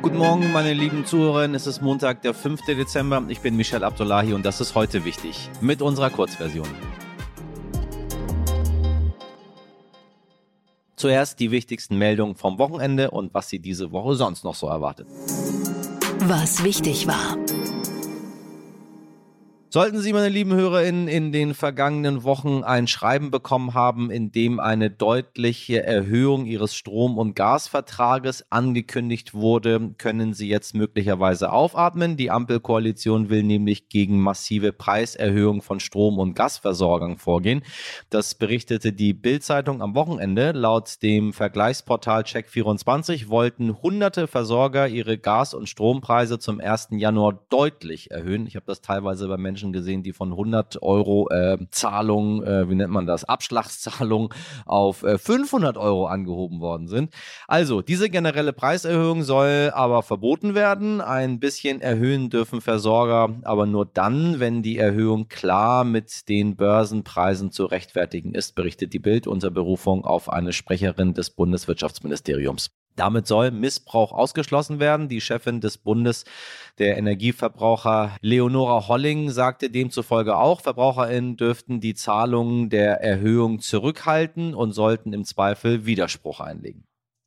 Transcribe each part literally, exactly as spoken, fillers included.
Guten Morgen, meine lieben Zuhörerinnen. Es ist Montag, der fünfte Dezember. Ich bin Michel Abdullahi und das ist heute wichtig mit unserer Kurzversion. Zuerst die wichtigsten Meldungen vom Wochenende und was Sie diese Woche sonst noch so erwartet. Was wichtig war. Sollten Sie, meine lieben HörerInnen, in den vergangenen Wochen ein Schreiben bekommen haben, in dem eine deutliche Erhöhung Ihres Strom- und Gasvertrages angekündigt wurde, können Sie jetzt möglicherweise aufatmen. Die Ampelkoalition will nämlich gegen massive Preiserhöhungen von Strom- und Gasversorgern vorgehen. Das berichtete die Bild-Zeitung am Wochenende. Laut dem Vergleichsportal Check vierundzwanzig wollten hunderte Versorger ihre Gas- und Strompreise zum ersten Januar deutlich erhöhen. Ich habe das teilweise bei Menschen gesehen, die von hundert Euro äh, Zahlung, äh, wie nennt man das, Abschlagszahlung auf äh, fünfhundert Euro angehoben worden sind. Also, diese generelle Preiserhöhung soll aber verboten werden. Ein bisschen erhöhen dürfen Versorger aber nur dann, wenn die Erhöhung klar mit den Börsenpreisen zu rechtfertigen ist, berichtet die Bild unter Berufung auf eine Sprecherin des Bundeswirtschaftsministeriums. Damit soll Missbrauch ausgeschlossen werden. Die Chefin des Bundes der Energieverbraucher, Leonora Holling, sagte demzufolge auch, VerbraucherInnen dürften die Zahlungen der Erhöhung zurückhalten und sollten im Zweifel Widerspruch einlegen.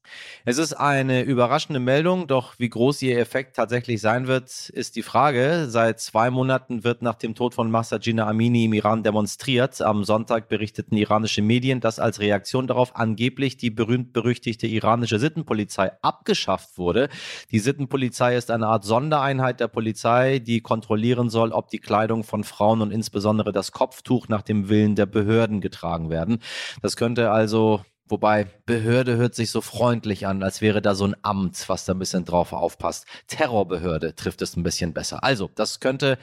Es ist eine überraschende Meldung, doch wie groß ihr Effekt tatsächlich sein wird, ist die Frage. Seit zwei Monaten wird nach dem Tod von Mahsa Jina Amini im Iran demonstriert. Am Sonntag berichteten iranische Medien, dass als Reaktion darauf angeblich die berühmt-berüchtigte iranische Sittenpolizei abgeschafft wurde. Die Sittenpolizei ist eine Art Sondereinheit der Polizei, die kontrollieren soll, ob die Kleidung von Frauen und insbesondere das Kopftuch nach dem Willen der Behörden getragen werden. Das könnte also... Wobei, Behörde hört sich so freundlich an, als wäre da so ein Amt, was da ein bisschen drauf aufpasst. Terrorbehörde trifft es ein bisschen besser. Also, das könnte,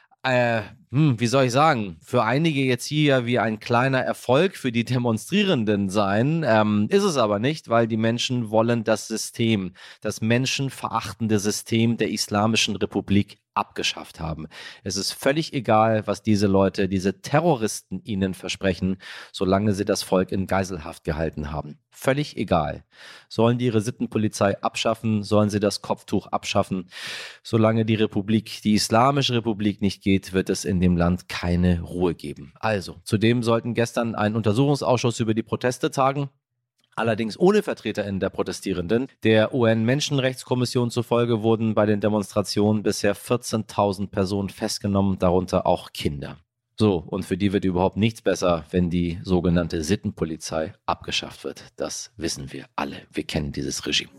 äh, hm, wie soll ich sagen, für einige jetzt hier wie ein kleiner Erfolg für die Demonstrierenden sein. Ähm, ist es aber nicht, weil die Menschen wollen das System, das menschenverachtende System der Islamischen Republik abgeschafft haben. Es ist völlig egal, was diese Leute, diese Terroristen ihnen versprechen, solange sie das Volk in Geiselhaft gehalten haben. Völlig egal. Sollen die ihre Sittenpolizei abschaffen, sollen sie das Kopftuch abschaffen. Solange die Republik, die Islamische Republik nicht geht, wird es in dem Land keine Ruhe geben. Also, zudem sollten gestern ein Untersuchungsausschuss über die Proteste tagen. Allerdings ohne VertreterInnen der Protestierenden. Der U N-Menschenrechtskommission zufolge wurden bei den Demonstrationen bisher vierzehntausend Personen festgenommen, darunter auch Kinder. So, und für die wird überhaupt nichts besser, wenn die sogenannte Sittenpolizei abgeschafft wird. Das wissen wir alle. Wir kennen dieses Regime.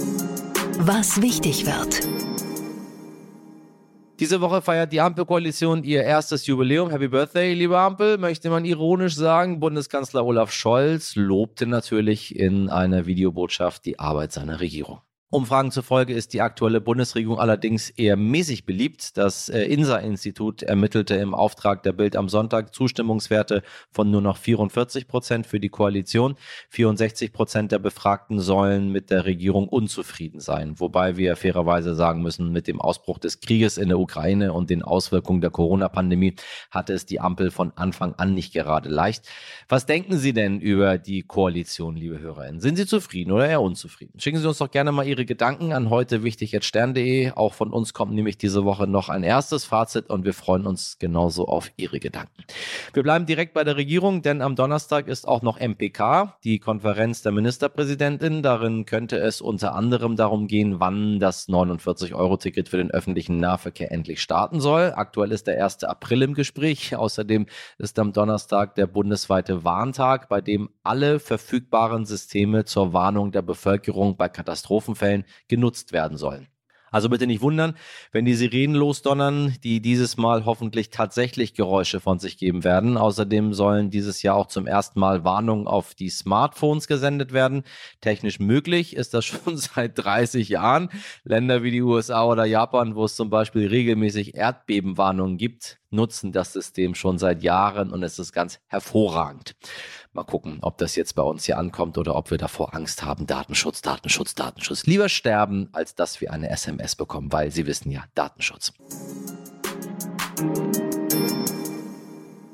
Was wichtig wird. Diese Woche feiert die Ampelkoalition ihr erstes Jubiläum. Happy Birthday, liebe Ampel, möchte man ironisch sagen. Bundeskanzler Olaf Scholz lobte natürlich in einer Videobotschaft die Arbeit seiner Regierung. Umfragen zufolge ist die aktuelle Bundesregierung allerdings eher mäßig beliebt. Das äh, I N S A-Institut ermittelte im Auftrag der Bild am Sonntag Zustimmungswerte von nur noch vierundvierzig Prozent für die Koalition. vierundsechzig Prozent der Befragten sollen mit der Regierung unzufrieden sein. Wobei wir fairerweise sagen müssen, mit dem Ausbruch des Krieges in der Ukraine und den Auswirkungen der Corona-Pandemie hatte es die Ampel von Anfang an nicht gerade leicht. Was denken Sie denn über die Koalition, liebe HörerInnen? Sind Sie zufrieden oder eher unzufrieden? Schicken Sie uns doch gerne mal Ihre Gedanken an heute wichtig jetzt stern punkt de. Auch von uns kommt nämlich diese Woche noch ein erstes Fazit und wir freuen uns genauso auf Ihre Gedanken. Wir bleiben direkt bei der Regierung, denn am Donnerstag ist auch noch M P K, die Konferenz der Ministerpräsidentin. Darin könnte es unter anderem darum gehen, wann das neunundvierzig Euro Ticket für den öffentlichen Nahverkehr endlich starten soll. Aktuell ist der erste April im Gespräch. Außerdem ist am Donnerstag der bundesweite Warntag, bei dem alle verfügbaren Systeme zur Warnung der Bevölkerung bei Katastrophenfällen genutzt werden sollen. Also bitte nicht wundern, wenn die Sirenen losdonnern, die dieses Mal hoffentlich tatsächlich Geräusche von sich geben werden. Außerdem sollen dieses Jahr auch zum ersten Mal Warnungen auf die Smartphones gesendet werden. Technisch möglich ist das schon seit dreißig Jahren. Länder wie die U S A oder Japan, wo es zum Beispiel regelmäßig Erdbebenwarnungen gibt, nutzen das System schon seit Jahren und es ist ganz hervorragend. Mal gucken, ob das jetzt bei uns hier ankommt oder ob wir davor Angst haben. Datenschutz, Datenschutz, Datenschutz. Lieber sterben, als dass wir eine S M S bekommen, weil Sie wissen ja, Datenschutz.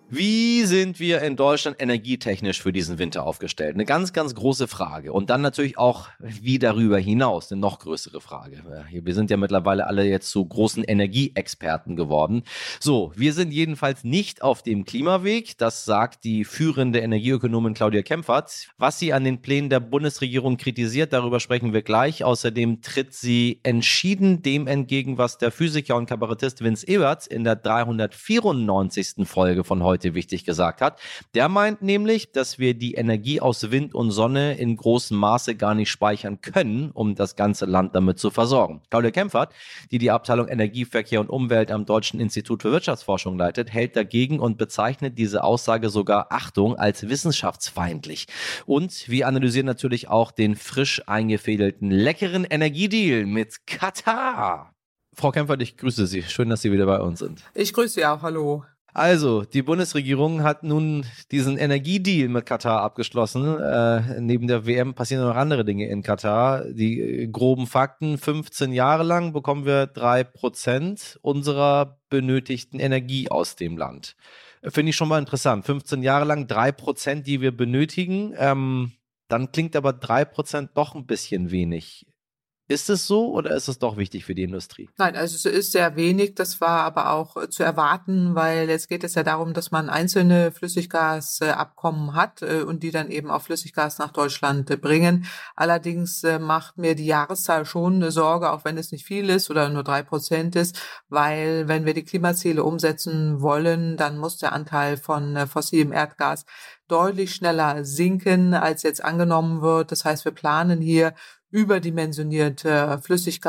Wie sind wir in Deutschland energietechnisch für diesen Winter aufgestellt? Eine ganz, ganz große Frage. Und dann natürlich auch, wie darüber hinaus, eine noch größere Frage. Wir sind ja mittlerweile alle jetzt zu großen Energieexperten geworden. So, wir sind jedenfalls nicht auf dem Klimaweg. Das sagt die führende Energieökonomin Claudia Kempfert. Was sie an den Plänen der Bundesregierung kritisiert, darüber sprechen wir gleich. Außerdem tritt sie entschieden dem entgegen, was der Physiker und Kabarettist Vince Eberts in der dreihundertvierundneunzigsten Folge von heute wichtig gesagt hat. Der meint nämlich, dass wir die Energie aus Wind und Sonne in großem Maße gar nicht speichern können, um das ganze Land damit zu versorgen. Claudia Kempfert, die die Abteilung Energie, Verkehr und Umwelt am Deutschen Institut für Wirtschaftsforschung leitet, hält dagegen und bezeichnet diese Aussage sogar, Achtung, als wissenschaftsfeindlich. Und wir analysieren natürlich auch den frisch eingefädelten leckeren Energiedeal mit Katar. Frau Kempfert, ich grüße Sie. Schön, dass Sie wieder bei uns sind. Ich grüße Sie auch. Hallo. Also, die Bundesregierung hat nun diesen Energiedeal mit Katar abgeschlossen. Äh, neben der W M passieren noch andere Dinge in Katar. Die äh, groben Fakten: fünfzehn Jahre lang bekommen wir drei Prozent unserer benötigten Energie aus dem Land. Finde ich schon mal interessant. fünfzehn Jahre lang drei Prozent, die wir benötigen. Ähm, dann klingt aber drei Prozent doch ein bisschen wenig. Ist es so oder ist es doch wichtig für die Industrie? Nein, also es ist sehr wenig. Das war aber auch zu erwarten, weil jetzt geht es ja darum, dass man einzelne Flüssiggasabkommen hat und die dann eben auch Flüssiggas nach Deutschland bringen. Allerdings macht mir die Jahreszahl schon eine Sorge, auch wenn es nicht viel ist oder nur drei Prozent ist, weil wenn wir die Klimaziele umsetzen wollen, dann muss der Anteil von fossilem Erdgas deutlich schneller sinken, als jetzt angenommen wird. Das heißt, wir planen hier überdimensionierte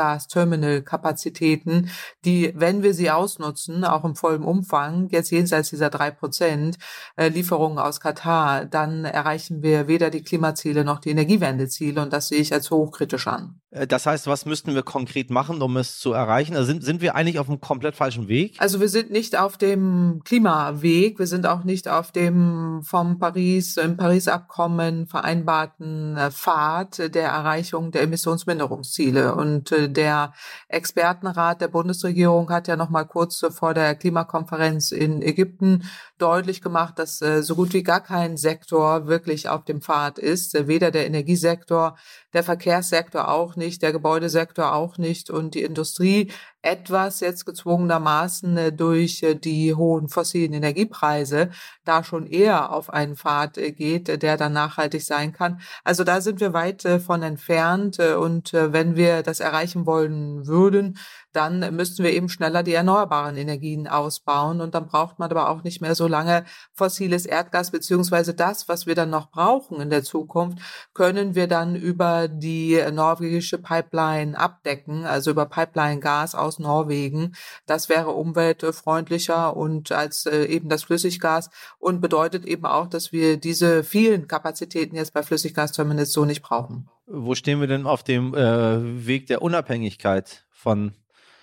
Flüssiggas-Terminal-Kapazitäten, die, wenn wir sie ausnutzen, auch im vollen Umfang, jetzt jenseits dieser drei Prozent äh, Lieferungen aus Katar, dann erreichen wir weder die Klimaziele noch die Energiewendeziele und das sehe ich als hochkritisch an. Das heißt, was müssten wir konkret machen, um es zu erreichen? Also sind, sind wir eigentlich auf einem komplett falschen Weg? Also wir sind nicht auf dem Klimaweg, wir sind auch nicht auf dem vom Paris, im Paris-Abkommen vereinbarten Pfad der Erreichung der Emissionsminderungsziele. Und äh, der Expertenrat der Bundesregierung hat ja noch mal kurz vor der Klimakonferenz in Ägypten deutlich gemacht, dass äh, so gut wie gar kein Sektor wirklich auf dem Pfad ist. Äh, weder der Energiesektor, der Verkehrssektor auch nicht, der Gebäudesektor auch nicht und die Industrie etwas jetzt gezwungenermaßen durch die hohen fossilen Energiepreise da schon eher auf einen Pfad geht, der dann nachhaltig sein kann. Also da sind wir weit von entfernt und wenn wir das erreichen wollen würden, dann müssten wir eben schneller die erneuerbaren Energien ausbauen und dann braucht man aber auch nicht mehr so lange fossiles Erdgas, beziehungsweise das, was wir dann noch brauchen in der Zukunft, können wir dann über die norwegische Pipeline abdecken, also über Pipeline-Gas aus Norwegen. Das wäre umweltfreundlicher und als äh, eben das Flüssiggas und bedeutet eben auch, dass wir diese vielen Kapazitäten jetzt bei Flüssiggasterminals so nicht brauchen. Wo stehen wir denn auf dem äh, Weg der Unabhängigkeit von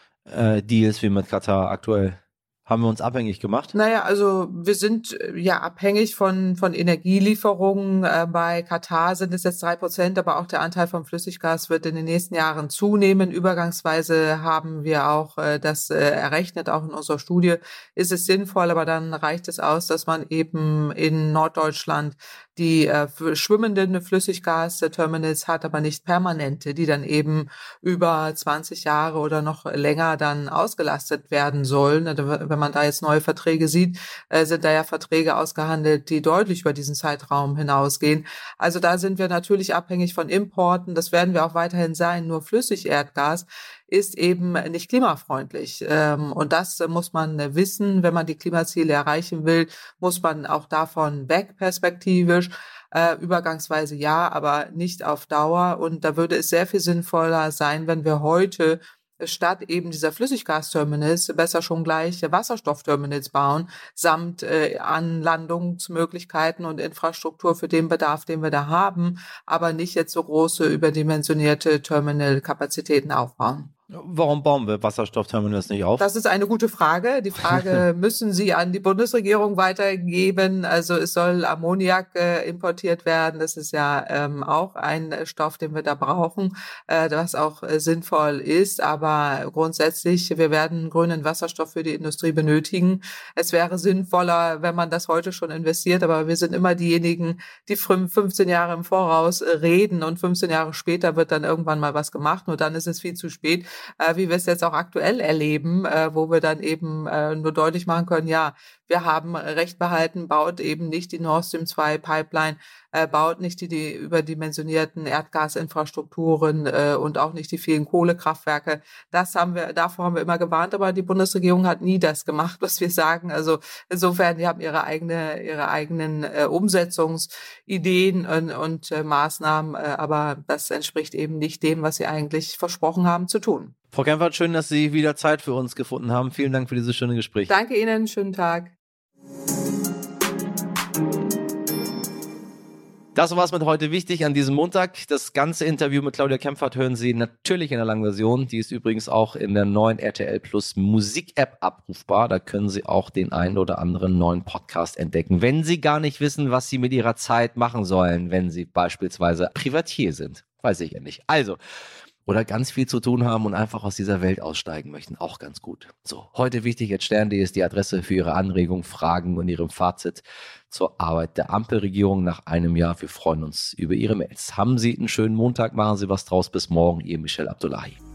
äh, Deals wie mit Katar aktuell? Haben wir uns abhängig gemacht? Naja, also wir sind ja abhängig von von Energielieferungen. Äh, bei Katar sind es jetzt drei Prozent, aber auch der Anteil von Flüssiggas wird in den nächsten Jahren zunehmen. Übergangsweise haben wir auch äh, das äh, errechnet, auch in unserer Studie ist es sinnvoll, aber dann reicht es aus, dass man eben in Norddeutschland die äh, schwimmenden Flüssiggasterminals hat, aber nicht permanente, die dann eben über zwanzig Jahre oder noch länger dann ausgelastet werden sollen. Also, wenn man da jetzt neue Verträge sieht, äh, sind da ja Verträge ausgehandelt, die deutlich über diesen Zeitraum hinausgehen. Also da sind wir natürlich abhängig von Importen. Das werden wir auch weiterhin sein. Nur Flüssigerdgas ist eben nicht klimafreundlich. Und das muss man wissen. Wenn man die Klimaziele erreichen will, muss man auch davon weg perspektivisch. Äh, übergangsweise ja, aber nicht auf Dauer. Und da würde es sehr viel sinnvoller sein, wenn wir heute statt eben dieser Flüssiggasterminals besser schon gleich Wasserstoffterminals bauen, samt äh, Anlandungsmöglichkeiten und Infrastruktur für den Bedarf, den wir da haben, aber nicht jetzt so große überdimensionierte Terminalkapazitäten aufbauen. Warum bauen wir Wasserstoffterminals nicht auf? Das ist eine gute Frage. Die Frage müssen Sie an die Bundesregierung weitergeben. Also es soll Ammoniak äh, importiert werden. Das ist ja ähm, auch ein Stoff, den wir da brauchen, äh, was auch äh, sinnvoll ist. Aber grundsätzlich, wir werden grünen Wasserstoff für die Industrie benötigen. Es wäre sinnvoller, wenn man das heute schon investiert. Aber wir sind immer diejenigen, die fünfzehn Jahre im Voraus reden und fünfzehn Jahre später wird dann irgendwann mal was gemacht. Nur dann ist es viel zu spät. Äh, wie wir es jetzt auch aktuell erleben, äh, wo wir dann eben äh, nur deutlich machen können, ja, wir haben Recht behalten, baut eben nicht die Nord Stream zwei Pipeline, äh, baut nicht die, die überdimensionierten Erdgasinfrastrukturen äh, und auch nicht die vielen Kohlekraftwerke. Das haben wir, davor haben wir immer gewarnt, aber die Bundesregierung hat nie das gemacht, was wir sagen. Also insofern, die haben ihre eigene, ihre eigenen äh, Umsetzungsideen und, und äh, Maßnahmen, äh, aber das entspricht eben nicht dem, was sie eigentlich versprochen haben zu tun. Frau Kempfert, schön, dass Sie wieder Zeit für uns gefunden haben. Vielen Dank für dieses schöne Gespräch. Danke Ihnen, schönen Tag. Das war's mit heute wichtig an diesem Montag. Das ganze Interview mit Claudia Kempfert hören Sie natürlich in der langen Version. Die ist übrigens auch in der neuen R T L Plus Musik-App abrufbar. Da können Sie auch den einen oder anderen neuen Podcast entdecken, wenn Sie gar nicht wissen, was Sie mit Ihrer Zeit machen sollen, wenn Sie beispielsweise Privatier sind. Weiß ich ja nicht. Also, oder ganz viel zu tun haben und einfach aus dieser Welt aussteigen möchten. Auch ganz gut. So, heute wichtig, jetzt stern punkt de ist die Adresse für Ihre Anregungen, Fragen und Ihrem Fazit zur Arbeit der Ampelregierung nach einem Jahr. Wir freuen uns über Ihre Mails. Haben Sie einen schönen Montag, machen Sie was draus. Bis morgen, Ihr Michel Abdullahi.